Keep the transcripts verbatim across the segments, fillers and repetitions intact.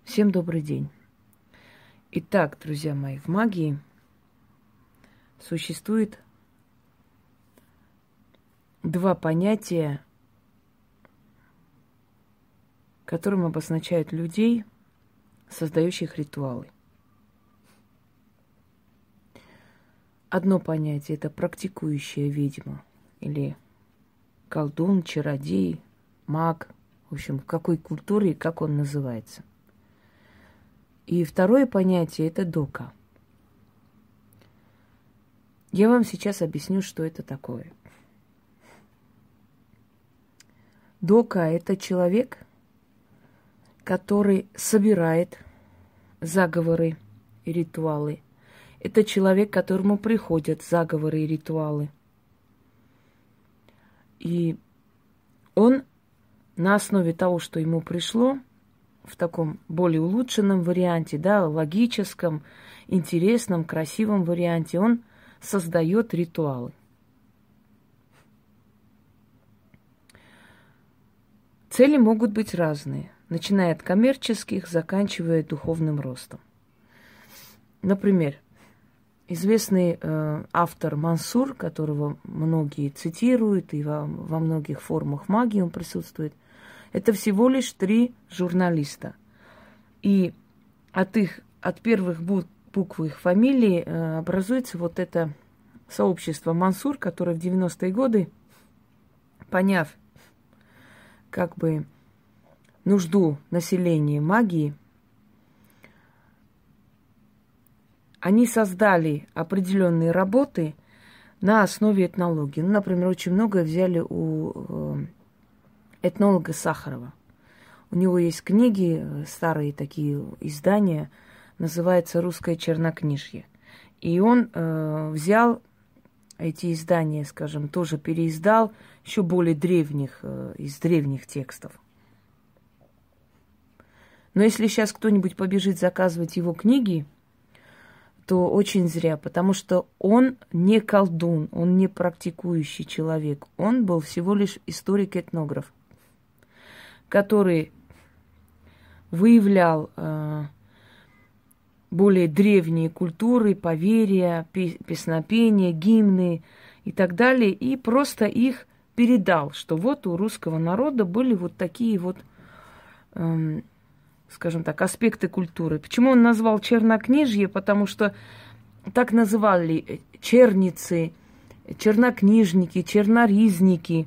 Всем добрый день. Итак, друзья мои, в магии существует два понятия, которым обозначают людей, создающих ритуалы. Одно понятие – это практикующая ведьма или колдун, чародей, маг, в общем, в какой культуре и как он называется. И второе понятие – это дока. Я вам сейчас объясню, что это такое. Дока – это человек, который собирает заговоры и ритуалы. Это человек, к которому приходят заговоры и ритуалы. И он на основе того, что ему пришло, в таком более улучшенном варианте, да, логическом, интересном, красивом варианте, он создает ритуалы. Цели могут быть разные, начиная от коммерческих, заканчивая духовным ростом. Например, известный э, автор Мансур, которого многие цитируют, и во, во многих формах магии он присутствует, это всего лишь три журналиста. И от их, от первых букв их фамилии э, образуется вот это сообщество Мансур, которое в девяностые годы, поняв как бы нужду населения магии, они создали определенные работы на основе этнологии. Ну, например, очень многое взяли у э, этнолога Сахарова. У него есть книги, старые такие издания, называется «Русское чернокнижье». И он э, взял эти издания, скажем, тоже переиздал, еще более древних, э, из древних текстов. Но если сейчас кто-нибудь побежит заказывать его книги, то очень зря, потому что он не колдун, он не практикующий человек. Он был всего лишь историк-этнограф, который выявлял э, более древние культуры, поверья, песнопения, гимны и так далее, и просто их передал, что вот у русского народа были вот такие вот, э, скажем так, аспекты культуры. Почему он назвал чернокнижье? Потому что так называли черницы, чернокнижники, черноризники.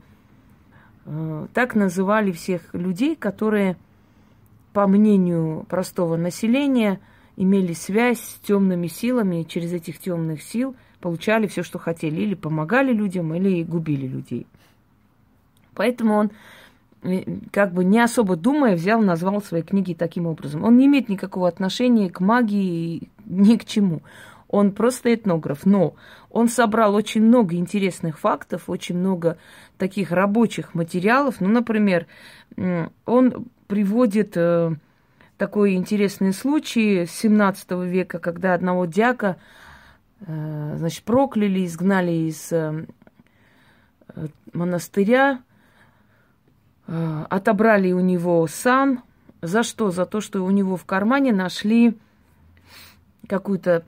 Так называли всех людей, которые, по мнению простого населения, имели связь с темными силами, и через этих темных сил получали все, что хотели, или помогали людям, или губили людей. Поэтому он, как бы не особо думая, взял, назвал свои книги таким образом. Он не имеет никакого отношения к магии, ни к чему. Он просто этнограф, но он собрал очень много интересных фактов, очень много таких рабочих материалов. Ну, например, он приводит э, такой интересный случай с семнадцатого века, когда одного дьяка, э, значит, прокляли, изгнали из э, монастыря, э, отобрали у него сан. За что? За то, что у него в кармане нашли какую-то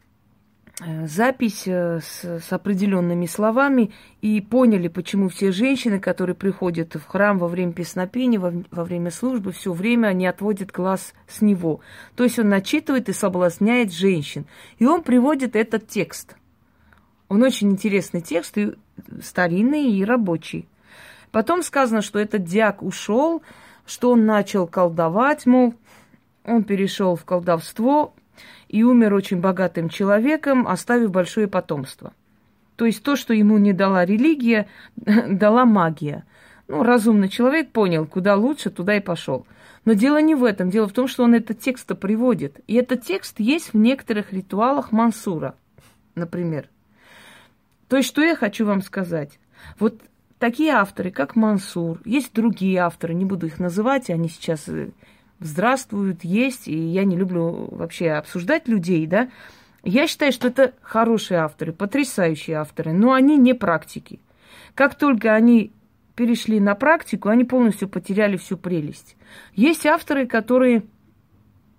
запись с, с определенными словами и поняли, почему все женщины, которые приходят в храм во время песнопения, во, во время службы, все время они отводят глаз с него. То есть он начитывает и соблазняет женщин. И он приводит этот текст. Он очень интересный текст, и старинный, и рабочий. Потом сказано, что этот дьяк ушел, что он начал колдовать, мол, он перешел в колдовство и умер очень богатым человеком, оставив большое потомство. То есть то, что ему не дала религия, дала магия. Ну, разумный человек понял, куда лучше, туда и пошел. Но дело не в этом. Дело в том, что он этот текст приводит. И этот текст есть в некоторых ритуалах Мансура, например. То есть что я хочу вам сказать? Вот такие авторы, как Мансур, есть другие авторы, не буду их называть, они сейчас здравствуют, есть, и я не люблю вообще обсуждать людей, да. Я считаю, что это хорошие авторы, потрясающие авторы, но они не практики. Как только они перешли на практику, они полностью потеряли всю прелесть. Есть авторы, которые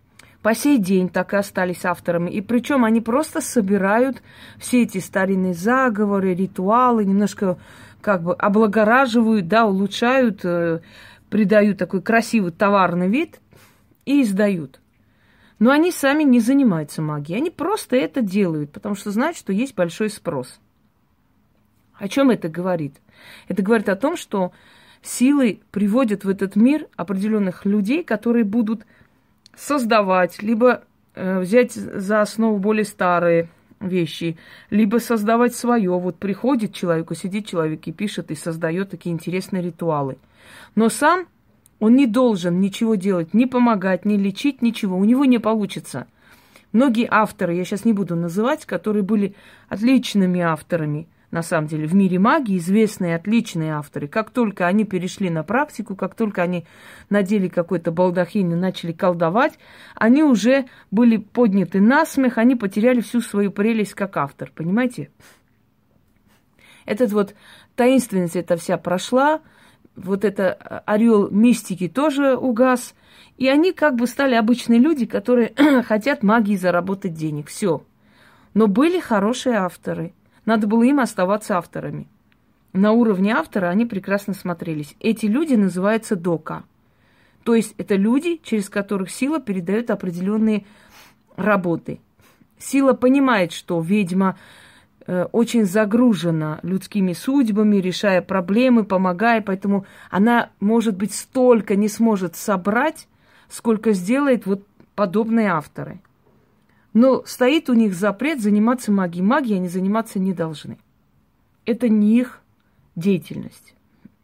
по сей день так и остались авторами. И причем они просто собирают все эти старинные заговоры, ритуалы, немножко как бы облагораживают, да, улучшают, э, придают такой красивый товарный вид и издают. Но они сами не занимаются магией. Они просто это делают, потому что знают, что есть большой спрос. О чем это говорит? Это говорит о том, что силы приводят в этот мир определенных людей, которые будут создавать, либо э, взять за основу более старые вещи, либо создавать свое. Вот приходит человек, сидит человек и пишет, и создает такие интересные ритуалы. Но сам он не должен ничего делать, ни помогать, ни лечить, ничего. У него не получится. Многие авторы, я сейчас не буду называть, которые были отличными авторами, на самом деле, в мире магии, известные, отличные авторы. Как только они перешли на практику, как только они надели какой-то балдахин и начали колдовать, они уже были подняты на смех, они потеряли всю свою прелесть как автор, понимаете? Этот вот таинственность эта вся прошла, вот это орел мистики тоже угас, и они как бы стали обычные люди, которые хотят магией заработать денег, все. Но были хорошие авторы. Надо было им оставаться авторами. На уровне автора они прекрасно смотрелись. Эти люди называются дока. То есть это люди, через которых сила передает определенные работы. Сила понимает, что ведьма э, очень загружена людскими судьбами, решая проблемы, помогая, поэтому она, может быть, столько не сможет собрать, сколько сделает вот подобные авторы. Но стоит у них запрет заниматься магией. Магией они заниматься не должны. Это не их деятельность.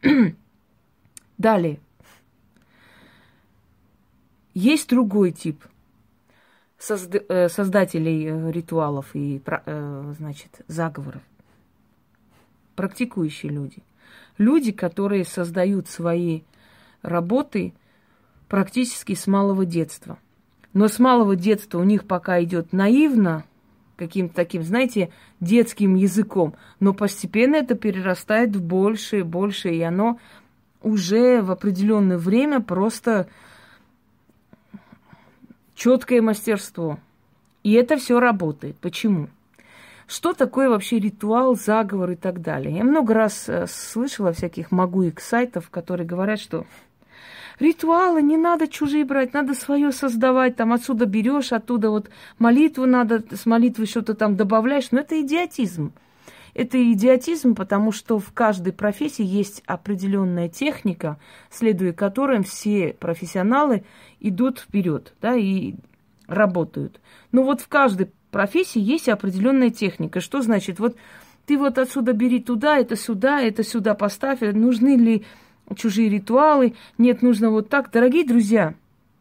Далее. Есть другой тип созда- создателей ритуалов и, значит, заговоров. Практикующие люди. Люди, которые создают свои работы практически с малого детства. Но с малого детства у них пока идет наивно, каким-то таким, знаете, детским языком. Но постепенно это перерастает в большее, большее, и оно уже в определенное время просто четкое мастерство. И это все работает. Почему? Что такое вообще ритуал, заговор и так далее? Я много раз слышала всяких магуек сайтов, которые говорят, что ритуалы не надо чужие брать, надо свое создавать, там отсюда берешь, оттуда вот молитву надо, с молитвы что-то там добавляешь. Но это идиотизм. Это идиотизм, потому что в каждой профессии есть определенная техника, следуя которой все профессионалы идут вперед, да, и работают. Но вот в каждой профессии есть определенная техника. Что значит? Вот ты вот отсюда бери туда, это сюда, это сюда поставь. Нужны ли чужие ритуалы? Нет, нужно вот так. Дорогие друзья,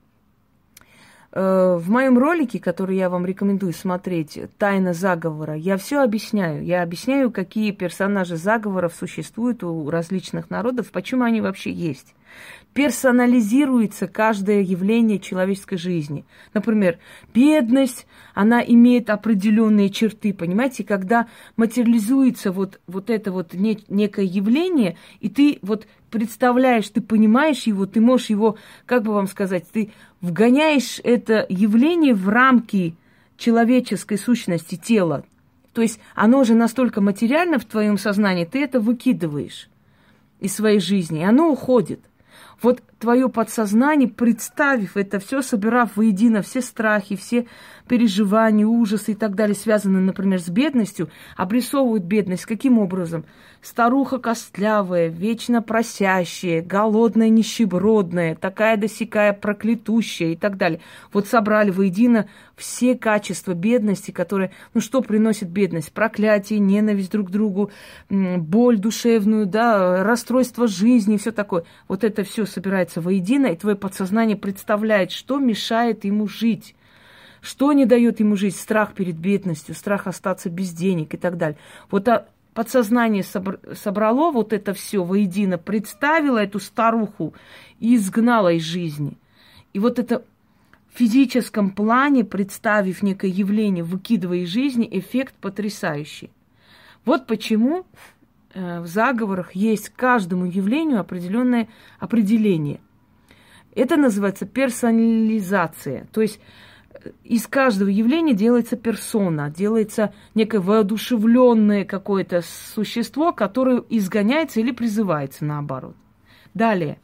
в моем ролике, который я вам рекомендую смотреть, «Тайна заговора», я все объясняю. Я объясняю, какие персонажи заговоров существуют у различных народов, почему они вообще есть. Персонализируется каждое явление человеческой жизни. Например, бедность, она имеет определенные черты, понимаете? Когда материализуется вот, вот это вот не, некое явление, и ты вот представляешь, ты понимаешь его, ты можешь его, как бы вам сказать, ты вгоняешь это явление в рамки человеческой сущности тела. То есть оно же настолько материально в твоем сознании, ты это выкидываешь из своей жизни, и оно уходит. Вот твое подсознание, представив это все, собирав воедино все страхи, все переживания, ужасы и так далее, связанные, например, с бедностью, обрисовывают бедность каким образом? Старуха костлявая, вечно просящая, голодная, нищебродная, такая да сякая проклятущая и так далее. Вот собрали воедино все качества бедности, которые, ну что приносит бедность? Проклятие, ненависть друг к другу, боль душевную, да, расстройство жизни, все такое. Вот это все собирается воедино, и твое подсознание представляет, что мешает ему жить. Что не дает ему жить? Страх перед бедностью, страх остаться без денег и так далее. Вот подсознание собрало вот это все воедино, представило эту старуху и изгнало из жизни. И вот это в физическом плане, представив некое явление, выкидывая из жизни, эффект потрясающий. Вот почему в заговорах есть каждому явлению определенное определение. Это называется персонализация. То есть из каждого явления делается персона, делается некое воодушевленное какое-то существо, которое изгоняется или призывается наоборот. Далее.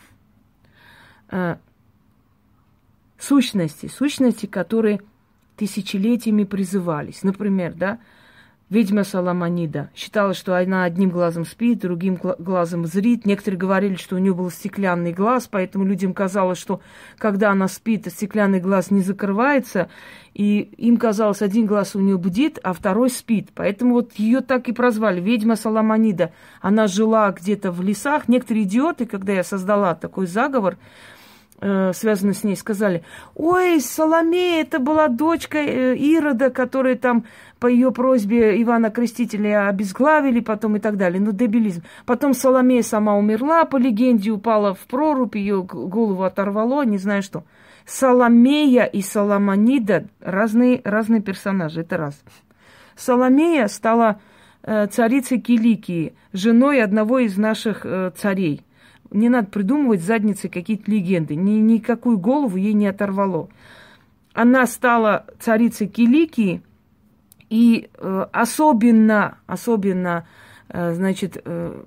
Сущности. Сущности, которые тысячелетиями призывались. Например, да, ведьма Саламанида считала, что она одним глазом спит, другим глазом зрит. Некоторые говорили, что у нее был стеклянный глаз, поэтому людям казалось, что когда она спит, стеклянный глаз не закрывается, и им казалось, один глаз у нее бдит, а второй спит. Поэтому вот ее так и прозвали, ведьма Саламанида. Она жила где-то в лесах. Некоторые идиоты, когда я создала такой заговор, связанные с ней, сказали: ой, Соломея, это была дочка Ирода, которая там по ее просьбе Ивана Крестителя обезглавили, потом и так далее. Ну, дебилизм. Потом Соломея сама умерла, по легенде упала в прорубь, ее голову оторвало, не знаю что. Соломея и Саламанида разные, разные персонажи, это раз. Соломея стала э, царицей Киликии, женой одного из наших э, царей. Не надо придумывать задницей какие-то легенды. Ни, никакую голову ей не оторвало. Она стала царицей Киликии и э, особенно, особенно, э, значит, э,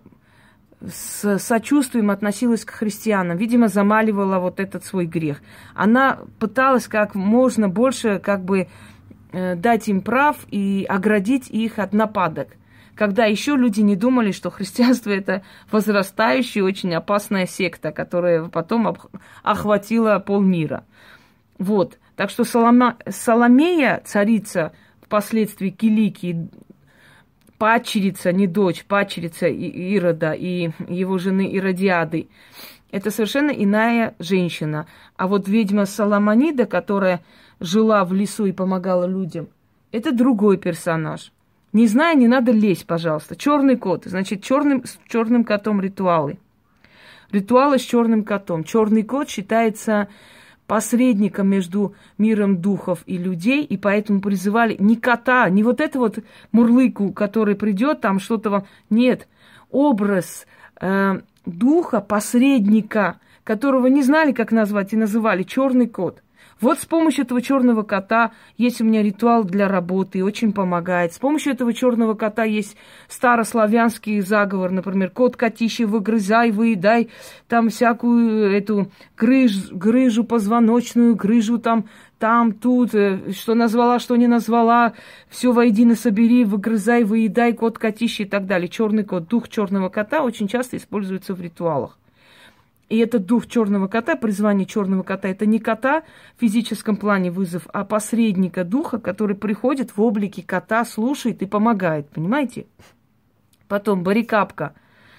с сочувствием относилась к христианам. Видимо, замаливала вот этот свой грех. Она пыталась как можно больше как бы э, дать им прав и оградить их от нападок, когда еще люди не думали, что христианство – это возрастающая, очень опасная секта, которая потом охватила полмира. Вот. Так что Солома... Соломея, царица, впоследствии Киликии, падчерица, не дочь, падчерица Ирода и его жены Иродиады, это совершенно иная женщина. А вот ведьма Саламанида, которая жила в лесу и помогала людям, это другой персонаж. Не знаю, не надо лезть, пожалуйста. Черный кот, значит, черным, с черным котом ритуалы. Ритуалы с черным котом. Черный кот считается посредником между миром духов и людей, и поэтому призывали не кота, не вот это вот мурлыку, который придет, там что-то... Нет, образ э, духа, посредника, которого не знали, как назвать, и называли черный кот. Вот с помощью этого черного кота есть у меня ритуал для работы, и очень помогает. С помощью этого черного кота есть старославянский заговор, например, кот котище выгрызай, выедай, там всякую эту грыж, грыжу позвоночную, грыжу там, там, тут, что назвала, что не назвала, все воедино собери, выгрызай, выедай, кот котище и так далее. Черный кот, дух черного кота очень часто используется в ритуалах. И этот дух черного кота, призвание черного кота, это не кота в физическом плане вызов, а посредника духа, который приходит в облике кота, слушает и помогает, понимаете? Потом Барикапка,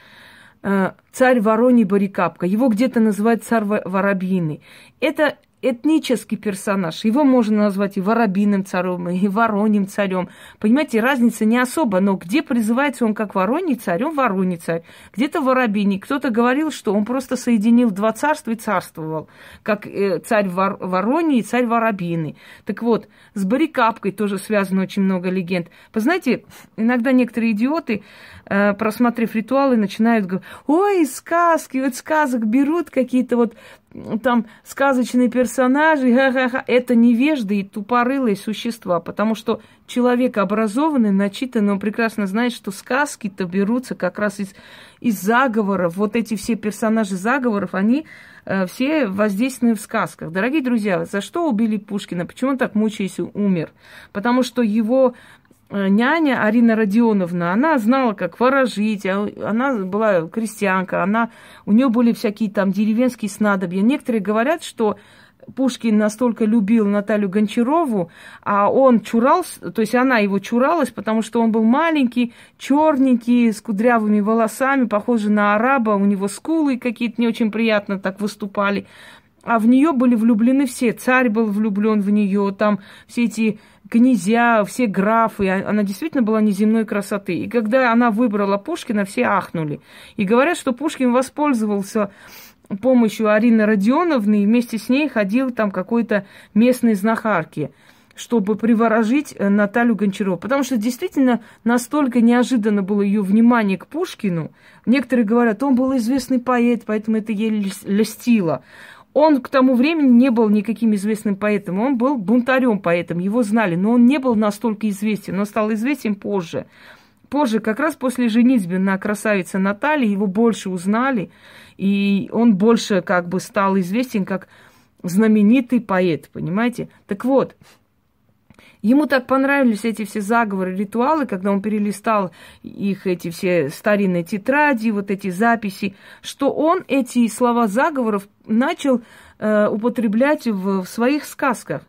царь Вороний Барикапка, его где-то называют царь Воробьиный. Это этнический персонаж, его можно назвать и Воробьиным царем, и Вороньим царем. Понимаете, разница не особо, но где призывается он как Вороний царь, он Вороний царь. Где-то Воробьиный. Кто-то говорил, что он просто соединил два царства и царствовал, как царь Вор- Вороний и царь Воробьиный. Так вот, с Барикапкой тоже связано очень много легенд. Вы знаете, иногда некоторые идиоты, просмотрев ритуалы, начинают говорить: ой, сказки, вот сказок берут какие-то вот там сказочные персонажи, ха-ха-ха. Это невежды и тупорылые существа, потому что человек образованный, начитанный, он прекрасно знает, что сказки-то берутся как раз из, из заговоров. Вот эти все персонажи заговоров, они э, все воздействованы в сказках. Дорогие друзья, за что убили Пушкина? Почему он так, мучаясь, умер? Потому что его няня Арина Родионовна, она знала, как ворожить, она была крестьянка, она, у нее были всякие там деревенские снадобья. Некоторые говорят, что Пушкин настолько любил Наталью Гончарову, а он чурался, то есть она его чуралась, потому что он был маленький, черненький, с кудрявыми волосами, похожий на араба, у него скулы какие-то не очень приятно так выступали. А в нее были влюблены все. Царь был влюблен в нее, там все эти князья, все графы. Она действительно была неземной красоты. И когда она выбрала Пушкина, все ахнули. И говорят, что Пушкин воспользовался помощью Арины Родионовны и вместе с ней ходил там какой-то местной знахарки, чтобы приворожить Наталью Гончарову. Потому что действительно настолько неожиданно было ее внимание к Пушкину. Некоторые говорят, он был известный поэт, поэтому это ей льстило. Он к тому времени не был никаким известным поэтом, он был бунтарем поэтом, его знали, но он не был настолько известен, он стал известен позже. Позже, как раз после женитьбы на красавице Наталье, его больше узнали, и он больше как бы стал известен как знаменитый поэт, понимаете? Так вот, ему так понравились эти все заговоры, ритуалы, когда он перелистал их, эти все старинные тетради, вот эти записи, что он эти слова заговоров начал э, употреблять в, в своих сказках.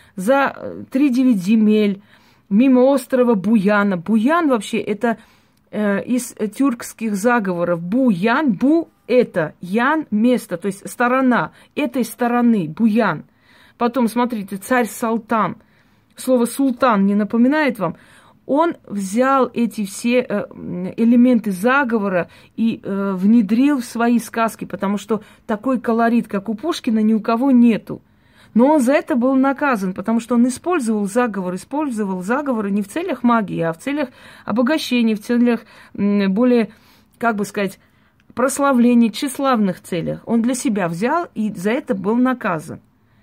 За три девять земель, мимо острова Буяна. Буян вообще это э, из тюркских заговоров. Буян, бу это, ян место, то есть сторона, этой стороны, Буян. Потом, смотрите, царь Салтан. Слово «султан» не напоминает вам? Он взял эти все элементы заговора и э, внедрил в свои сказки, потому что такой колорит, как у Пушкина, ни у кого нету. Но он за это был наказан, потому что он использовал заговор, использовал заговоры не в целях магии, а в целях обогащения, в целях м, более, как бы сказать, прославления, тщеславных целях. Он для себя взял и за это был наказан.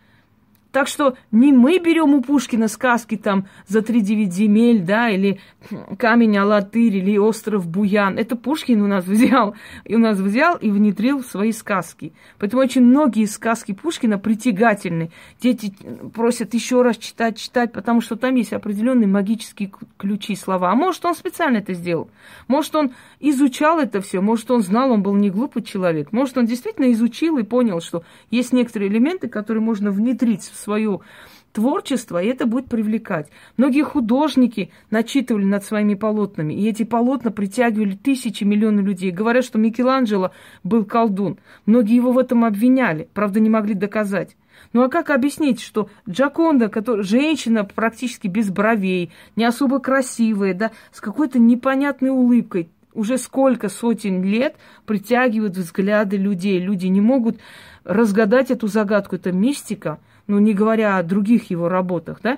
Так что не мы берем у Пушкина сказки там за три девять земель, да, или камень Алатырь, или остров Буян. Это Пушкин у нас взял, и у нас взял и внедрил в свои сказки. Поэтому очень многие сказки Пушкина притягательны. Дети просят еще раз читать, читать, потому что там есть определенные магические ключи, слова. А может, он специально это сделал. Может, он изучал это все, может, он знал, он был не глупый человек. Может, он действительно изучил и понял, что есть некоторые элементы, которые можно внедрить в свое творчество, и это будет привлекать. Многие художники начитывали над своими полотнами, и эти полотна притягивали тысячи, миллионы людей. Говорят, что Микеланджело был колдун. Многие его в этом обвиняли, правда, не могли доказать. Ну а как объяснить, что Джаконда, которая, женщина практически без бровей, не особо красивая, да, с какой-то непонятной улыбкой, уже сколько сотен лет притягивает взгляды людей. Люди не могут разгадать эту загадку, это мистика. Ну, не говоря о других его работах, да,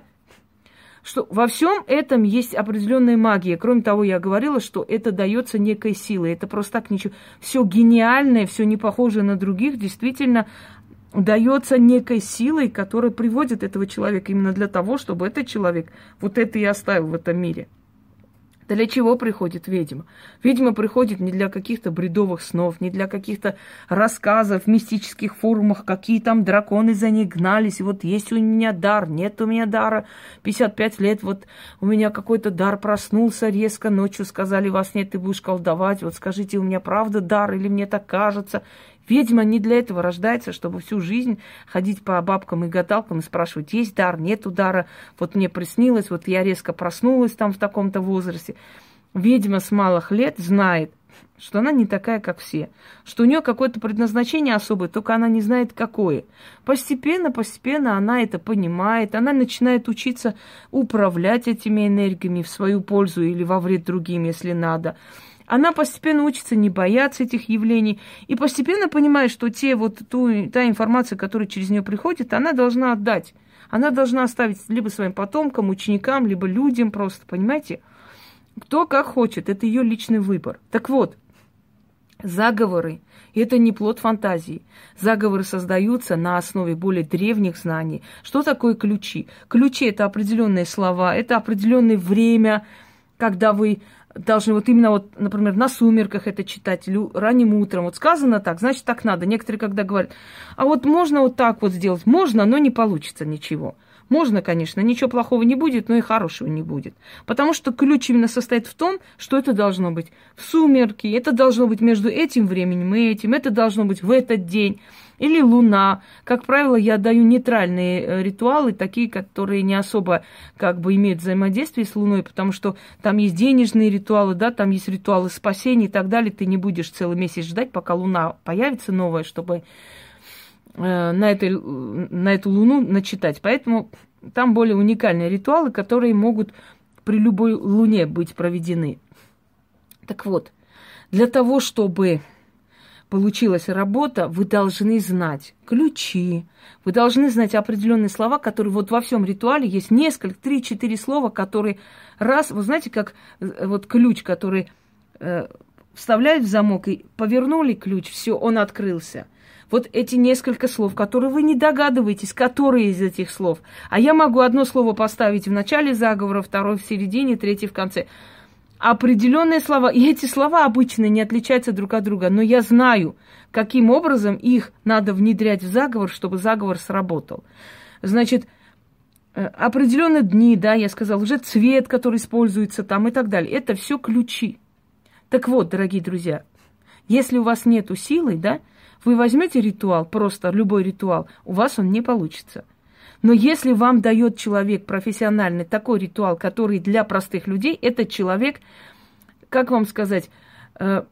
что во всем этом есть определенная магия. Кроме того, я говорила, что это дается некой силой. Это просто так ничего. Все гениальное, все не похожее на других, действительно дается некой силой, которая приводит этого человека именно для того, чтобы этот человек вот это и оставил в этом мире. Для чего приходит ведьма? Ведьма приходит не для каких-то бредовых снов, не для каких-то рассказов в мистических форумах, какие там драконы за ней гнались, и вот есть у меня дар, нет у меня дара, пятьдесят пять лет, вот у меня какой-то дар проснулся резко, ночью сказали, вас нет, ты будешь колдовать, вот скажите, у меня правда дар или мне так кажется? Ведьма не для этого рождается, чтобы всю жизнь ходить по бабкам и гадалкам и спрашивать, есть дар, нет дара, вот мне приснилось, вот я резко проснулась там в таком-то возрасте. Ведьма с малых лет знает, что она не такая, как все, что у нее какое-то предназначение особое, только она не знает, какое. Постепенно, постепенно она это понимает, она начинает учиться управлять этими энергиями в свою пользу или во вред другим, если надо. Она постепенно учится не бояться этих явлений и постепенно понимает, что те, вот, ту, та информация, которая через нее приходит, она должна отдать. Она должна оставить либо своим потомкам, ученикам, либо людям просто, понимаете? Кто как хочет, это ее личный выбор. Так вот, заговоры – это не плод фантазии. Заговоры создаются на основе более древних знаний. Что такое ключи? Ключи – это определенные слова, это определенное время, когда вы должны вот именно вот, например, на сумерках это читать или ранним утром. Вот сказано так, значит, так надо. Некоторые когда говорят, а вот можно вот так вот сделать. Можно, но не получится ничего. Можно, конечно, ничего плохого не будет, но и хорошего не будет. Потому что ключ именно состоит в том, что это должно быть в сумерки, это должно быть между этим временем и этим, это должно быть в этот день. Или луна. Как правило, я даю нейтральные ритуалы, такие, которые не особо как бы имеют взаимодействие с луной, потому что там есть денежные ритуалы, да, там есть ритуалы спасения и так далее. Ты не будешь целый месяц ждать, пока луна появится новая, чтобы э, на, этой, на эту луну начитать. Поэтому там более уникальные ритуалы, которые могут при любой луне быть проведены. Так вот, для того, чтобы получилась работа, вы должны знать ключи, вы должны знать определенные слова, которые вот во всем ритуале есть несколько, три-четыре слова, которые раз, вы знаете, как вот ключ, который э, вставляют в замок и повернули ключ, все, он открылся. Вот эти несколько слов, которые вы не догадываетесь, которые из этих слов. А я могу одно слово поставить в начале заговора, второе в середине, третье в конце. Определенные слова, и эти слова обычно не отличаются друг от друга, но я знаю, каким образом их надо внедрять в заговор, чтобы заговор сработал. Значит, определенные дни, да, я сказала, уже цвет, который используется там и так далее. Это все ключи. Так вот, дорогие друзья, если у вас нету силы, да, вы возьмете ритуал, просто любой ритуал, у вас он не получится. Но если вам дает человек профессиональный такой ритуал, который для простых людей, этот человек, как вам сказать, э,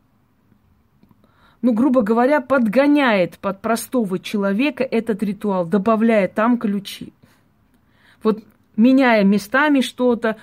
ну, грубо говоря, подгоняет под простого человека этот ритуал, добавляя там ключи. Вот меняя местами что-то,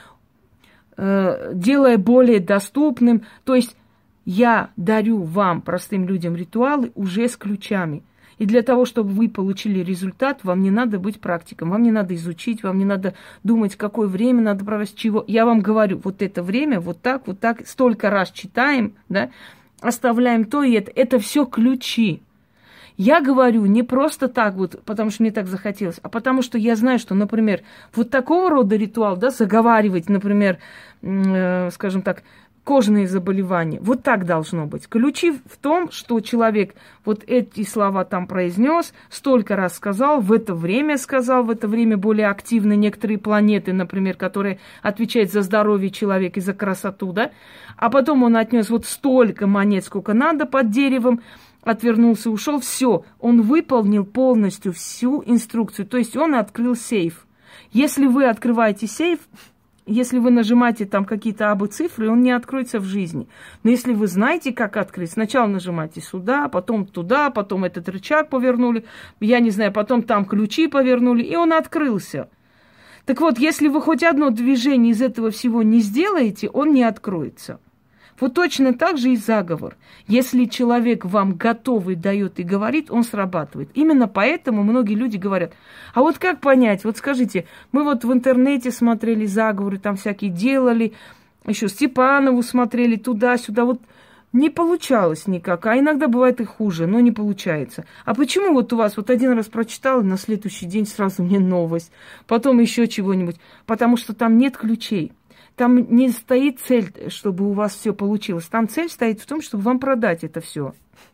э, делая более доступным. То есть я дарю вам, простым людям, ритуалы уже с ключами. И для того, чтобы вы получили результат, вам не надо быть практиком, вам не надо изучить, вам не надо думать, какое время надо провести, чего. Я вам говорю, вот это время, вот так, вот так, столько раз читаем, да, оставляем то и это. Это все ключи. Я говорю не просто так вот, потому что мне так захотелось, а потому что я знаю, что, например, вот такого рода ритуал, да, заговаривать, например, э, скажем так, кожные заболевания. Вот так должно быть. Ключи в том, что человек вот эти слова там произнес, столько раз сказал, в это время сказал, в это время более активны некоторые планеты, например, которые отвечают за здоровье человека и за красоту, да, а потом он отнес вот столько монет, сколько надо под деревом, отвернулся, ушел, все, он выполнил полностью всю инструкцию, то есть он открыл сейф. Если вы открываете сейф, если вы нажимаете там какие-то абы цифры, он не откроется в жизни. Но если вы знаете, как открыть, сначала нажимайте сюда, потом туда, потом этот рычаг повернули, я не знаю, потом там ключи повернули, и он открылся. Так вот, если вы хоть одно движение из этого всего не сделаете, он не откроется. Вот точно так же и заговор. Если человек вам готовый дает и говорит, он срабатывает. Именно поэтому многие люди говорят, а вот как понять, вот скажите, мы вот в интернете смотрели заговоры, там всякие делали, еще Степанову смотрели туда-сюда, вот не получалось никак, а иногда бывает и хуже, но не получается. А почему вот у вас вот один раз прочитал, и на следующий день сразу мне новость, потом еще чего-нибудь? Потому что там нет ключей. Там не стоит цель, чтобы у вас все получилось. Там цель стоит в том, чтобы вам продать это все.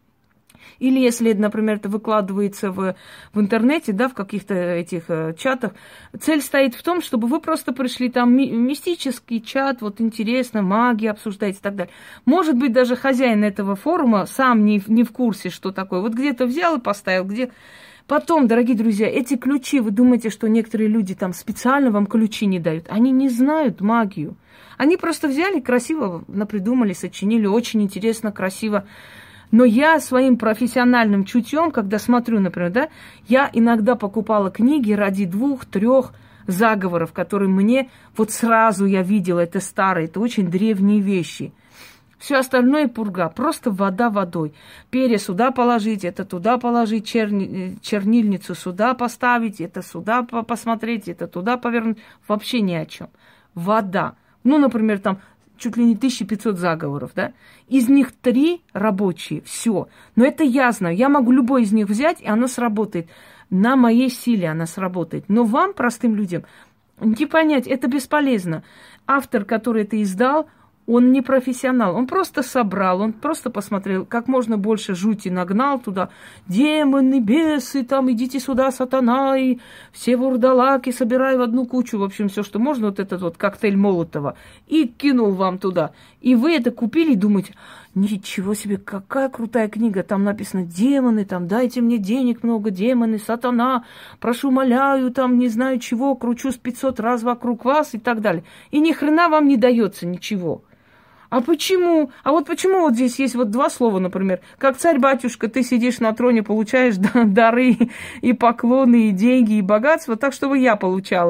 Или если, например, это выкладывается в, в интернете, да, в каких-то этих э, чатах, цель стоит в том, чтобы вы просто пришли там ми- мистический чат, вот интересно, магия обсуждаете и так далее. Может быть, даже хозяин этого форума сам не, не в курсе, что такое. Вот где-то взял и поставил, где... Потом, дорогие друзья, эти ключи, вы думаете, что некоторые люди там специально вам ключи не дают? Они не знают магию. Они просто взяли, красиво напридумали, сочинили, очень интересно, красиво. Но я своим профессиональным чутьем, когда смотрю, например, да, я иногда покупала книги ради двух-трех заговоров, которые мне вот сразу я видела, это старые, это очень древние вещи. Все остальное пурга, просто вода водой. Перья сюда положить, это туда положить, черни, чернильницу сюда поставить, это сюда посмотреть, это туда повернуть. Вообще ни о чем. Вода. Ну, например, там чуть ли не тысяча пятьсот заговоров, да? Из них три рабочие, все. Но это я знаю. Я могу любой из них взять, и оно сработает. На моей силе она сработает. Но вам, простым людям, не понять, это бесполезно. Автор, который это издал, он не профессионал, он просто собрал, он просто посмотрел, как можно больше жути нагнал туда. Демоны, бесы, там, идите сюда, сатана, и все вурдалаки, собирай в одну кучу, в общем, все, что можно, вот этот вот коктейль Молотова, и кинул вам туда. И вы это купили и думаете, ничего себе, какая крутая книга, там написано демоны, там, дайте мне денег много, демоны, сатана, прошу, моляю, там, не знаю чего, кручусь пятьсот раз вокруг вас и так далее. И ни хрена вам не дается ничего. А почему? А вот почему вот здесь есть вот два слова, например, как царь-батюшка, ты сидишь на троне, получаешь дары и поклоны, и деньги, и богатство, так, чтобы я получала.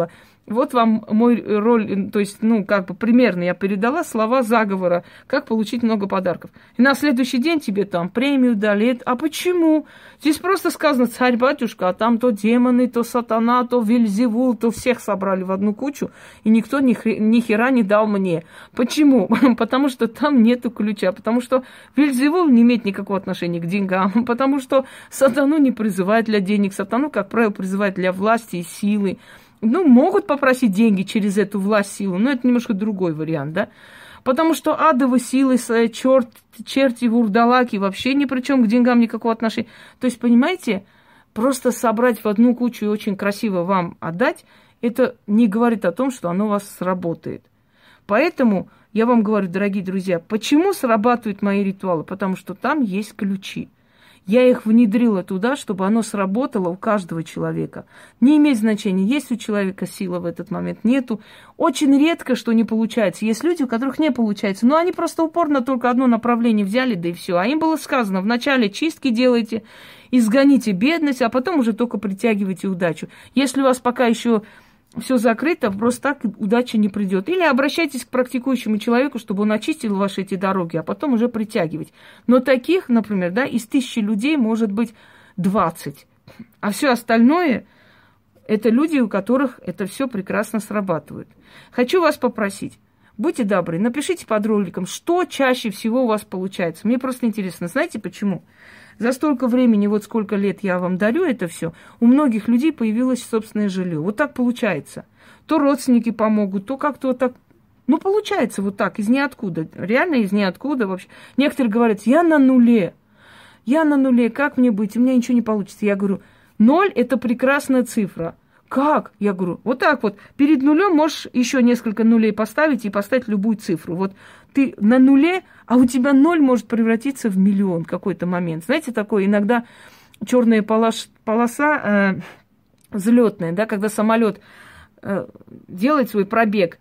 Вот вам мой роль, то есть, ну, как бы примерно я передала слова заговора, как получить много подарков. И на следующий день тебе там премию дали. А почему? Здесь просто сказано царь-батюшка, а там то демоны, то сатана, то Вельзевул, то всех собрали в одну кучу, и никто ни, хр... ни хера не дал мне. Почему? Потому что там нету ключа, потому что Вельзевул не имеет никакого отношения к деньгам, потому что сатану не призывает для денег, сатану, как правило, призывает для власти и силы. Ну, могут попросить деньги через эту власть, силу, но это немножко другой вариант, да? Потому что адовые силы, черт, черти, вурдалаки вообще ни при чем к деньгам никакого отношения. То есть, понимаете, просто собрать в одну кучу и очень красиво вам отдать, это не говорит о том, что оно у вас сработает. Поэтому я вам говорю, дорогие друзья, почему срабатывают мои ритуалы? Потому что там есть ключи. Я их внедрила туда, чтобы оно сработало у каждого человека. Не имеет значения, есть у человека сила в этот момент, нету. Очень редко, что не получается. Есть люди, у которых не получается. Но они просто упорно только одно направление взяли, да и все. А им было сказано, вначале чистки делайте, изгоните бедность, а потом уже только притягивайте удачу. Если у вас пока еще все закрыто, просто так удача не придет. Или обращайтесь к практикующему человеку, чтобы он очистил ваши эти дороги, а потом уже притягивать. Но таких, например, да, из тысячи людей может быть двадцать. А все остальное – это люди, у которых это все прекрасно срабатывает. Хочу вас попросить, будьте добры, напишите под роликом, что чаще всего у вас получается. Мне просто интересно, знаете почему? За столько времени, вот сколько лет я вам дарю это все, у многих людей появилось собственное жилье. Вот так получается. То родственники помогут, то как-то вот так. Ну, получается вот так, из ниоткуда. Реально из ниоткуда вообще. Некоторые говорят, я на нуле. Я на нуле, как мне быть? У меня ничего не получится. Я говорю, ноль – это прекрасная цифра. Как? Я говорю, вот так вот. Перед нулем можешь еще несколько нулей поставить и поставить любую цифру. Вот ты на нуле, а у тебя ноль может превратиться в миллион в какой-то момент. Знаете, такое иногда черная полос, полоса э, взлетная, да, когда самолет э, делает свой пробег,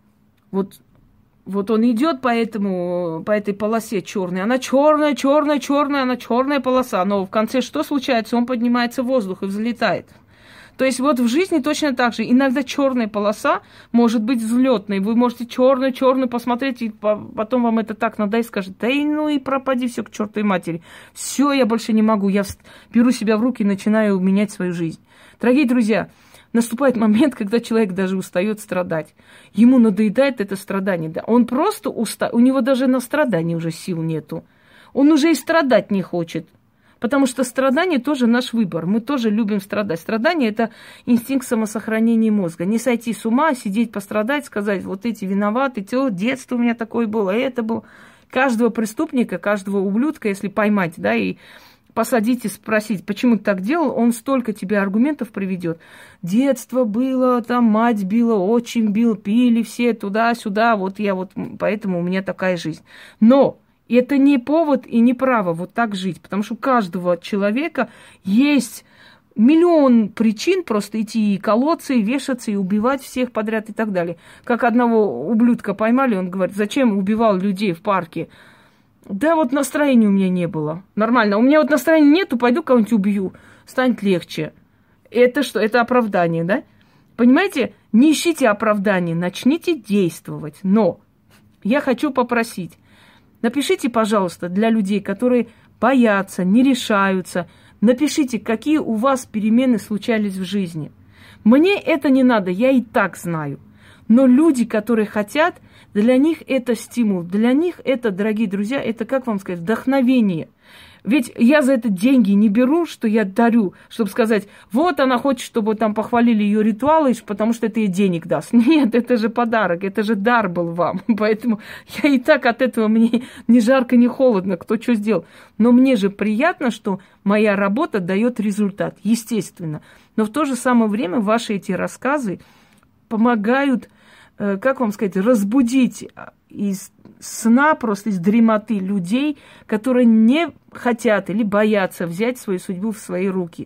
вот, вот он идет по этому, по этой полосе черной, она черная, черная, черная, она черная полоса, но в конце что случается? Он поднимается в воздух и взлетает. То есть вот в жизни точно так же. Иногда черная полоса может быть взлетной. Вы можете черную-черную посмотреть, и потом вам это так надоест, скажет, да и ну и пропади все к чертовой матери. Все, я больше не могу. Я беру себя в руки и начинаю менять свою жизнь. Дорогие друзья, наступает момент, когда человек даже устает страдать. Ему надоедает это страдание. Да? Он просто устает. У него даже на страдание уже сил нету. Он уже и страдать не хочет. Потому что страдание тоже наш выбор. Мы тоже любим страдать. Страдание – это инстинкт самосохранения мозга. Не сойти с ума, сидеть, пострадать, сказать, вот эти виноваты, то детство у меня такое было, это было. Каждого преступника, каждого ублюдка, если поймать, да, и посадить и спросить, почему ты так делал, он столько тебе аргументов приведет. Детство было, там мать била, отчим бил, пили все туда-сюда, вот я вот, поэтому у меня такая жизнь. Но и это не повод и не право вот так жить, потому что у каждого человека есть миллион причин просто идти и колоться, и вешаться, и убивать всех подряд и так далее. Как одного ублюдка поймали, он говорит, зачем убивал людей в парке? Да вот настроения у меня не было. Нормально. У меня вот настроения нету, пойду кого-нибудь убью. Станет легче. Это что? Это оправдание, да? Понимаете? Не ищите оправдания, начните действовать. Но я хочу попросить, напишите, пожалуйста, для людей, которые боятся, не решаются, напишите, какие у вас перемены случались в жизни. Мне это не надо, я и так знаю. Но люди, которые хотят, для них это стимул. Для них это, дорогие друзья, это, как вам сказать, вдохновение. Ведь я за это деньги не беру, что я дарю, чтобы сказать, вот она хочет, чтобы там похвалили ее ритуалы, потому что это ей денег даст. Нет, это же подарок, это же дар был вам. Поэтому я и так от этого мне ни жарко, ни холодно, кто что сделал. Но мне же приятно, что моя работа дает результат, естественно. Но в то же самое время ваши эти рассказы помогают, как вам сказать, разбудить из сна, просто из дремоты людей, которые не хотят или боятся взять свою судьбу в свои руки.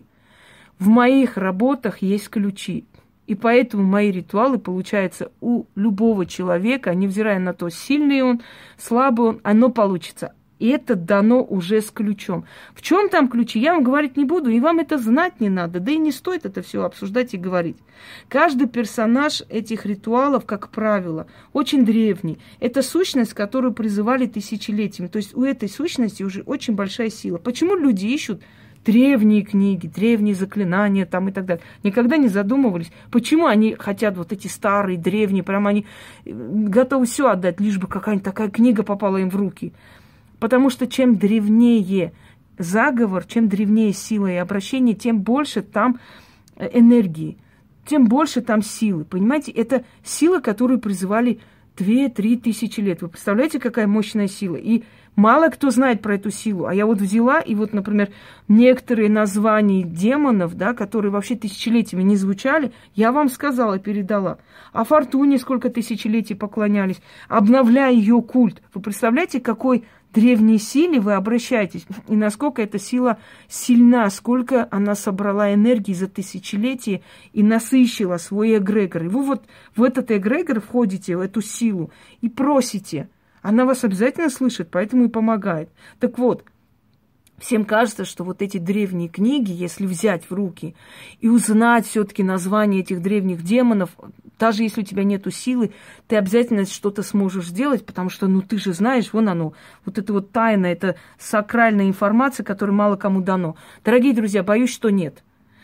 В моих работах есть ключи. И поэтому мои ритуалы получаются у любого человека, невзирая на то, сильный он, слабый он, оно получится. И это дано уже с ключом. В чем там ключи, я вам говорить не буду, и вам это знать не надо. Да и не стоит это все обсуждать и говорить. Каждый персонаж этих ритуалов, как правило, очень древний. Это сущность, которую призывали тысячелетиями. То есть у этой сущности уже очень большая сила. Почему люди ищут древние книги, древние заклинания там и так далее? Никогда не задумывались, почему они хотят вот эти старые, древние, прямо они готовы все отдать, лишь бы какая-нибудь такая книга попала им в руки. Потому что чем древнее заговор, чем древнее сила и обращение, тем больше там энергии, тем больше там силы. Понимаете, это сила, которую призывали две-три тысячи лет. Вы представляете, какая мощная сила? И мало кто знает про эту силу. А я вот взяла, и вот, например, некоторые названия демонов, да, которые вообще тысячелетиями не звучали, я вам сказала, передала. А Фортуне сколько тысячелетий поклонялись, обновляя ее культ. Вы представляете, какой древней силе вы обращаетесь, и насколько эта сила сильна, сколько она собрала энергии за тысячелетия и насыщила свой эгрегор. И вы вот в этот эгрегор входите, в эту силу, и просите. Она вас обязательно слышит, поэтому и помогает. Так вот, всем кажется, что вот эти древние книги, если взять в руки и узнать все-таки название этих древних демонов, даже если у тебя нету силы, ты обязательно что-то сможешь сделать, потому что, ну, ты же знаешь, вон оно, вот это вот тайна, это сакральная информация, которая мало кому дано. Дорогие друзья, боюсь, что нет.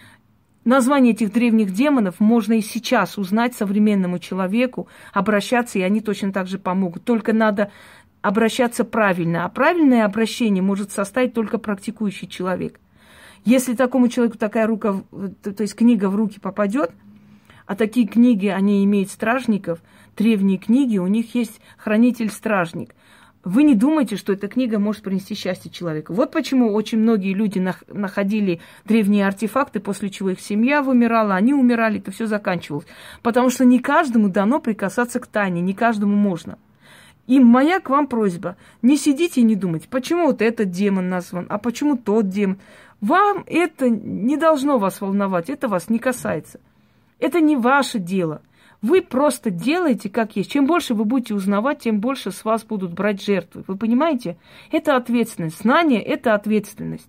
Название этих древних демонов можно и сейчас узнать современному человеку, обращаться, и они точно так же помогут. Только надо обращаться правильно. А правильное обращение может составить только практикующий человек. Если такому человеку такая рука, то есть книга в руки попадет, а такие книги, они имеют стражников, древние книги, у них есть хранитель-стражник. Вы не думайте, что эта книга может принести счастье человеку. Вот почему очень многие люди находили древние артефакты, после чего их семья вымирала, они умирали, это все заканчивалось. Потому что не каждому дано прикасаться к тайне, не каждому можно. И моя к вам просьба, не сидите и не думайте, почему вот этот демон назван, а почему тот демон. Вам это не должно вас волновать, это вас не касается. Это не ваше дело. Вы просто делаете как есть. Чем больше вы будете узнавать, тем больше с вас будут брать жертвы. Вы понимаете? Это ответственность. Знание – это ответственность.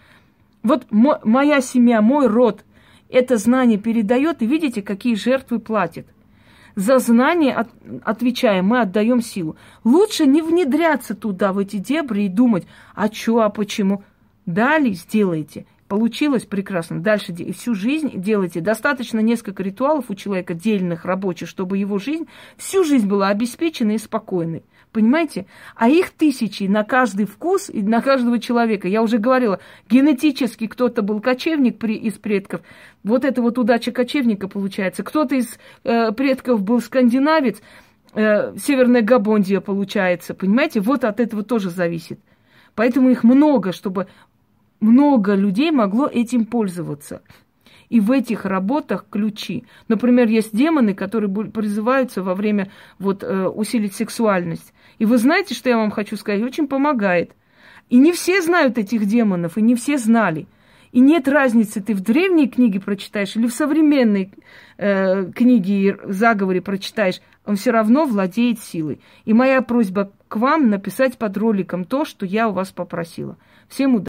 Вот мо- моя семья, мой род это знание передает, и видите, какие жертвы платят. За знание от, отвечаем, мы отдаем силу. Лучше не внедряться туда, в эти дебри, и думать, а что, а почему. Дали, сделайте. Получилось прекрасно. Дальше и всю жизнь делайте. Достаточно несколько ритуалов у человека, дельных, рабочих, чтобы его жизнь, всю жизнь была обеспечена и спокойной. Понимаете? А их тысячи на каждый вкус и на каждого человека. Я уже говорила, генетически кто-то был кочевник при, из предков. Вот это вот удача кочевника получается. Кто-то из э, предков был скандинавец, э, Северная Габондия получается. Понимаете? Вот от этого тоже зависит. Поэтому их много, чтобы много людей могло этим пользоваться. И в этих работах ключи. Например, есть демоны, которые призываются во время вот, э, усилить сексуальность. И вы знаете, что я вам хочу сказать? Очень помогает. И не все знают этих демонов, и не все знали. И нет разницы, ты в древней книге прочитаешь или в современной э, книге заговоре прочитаешь, он все равно владеет силой. И моя просьба к вам написать под роликом то, что я у вас попросила. Всем удачи!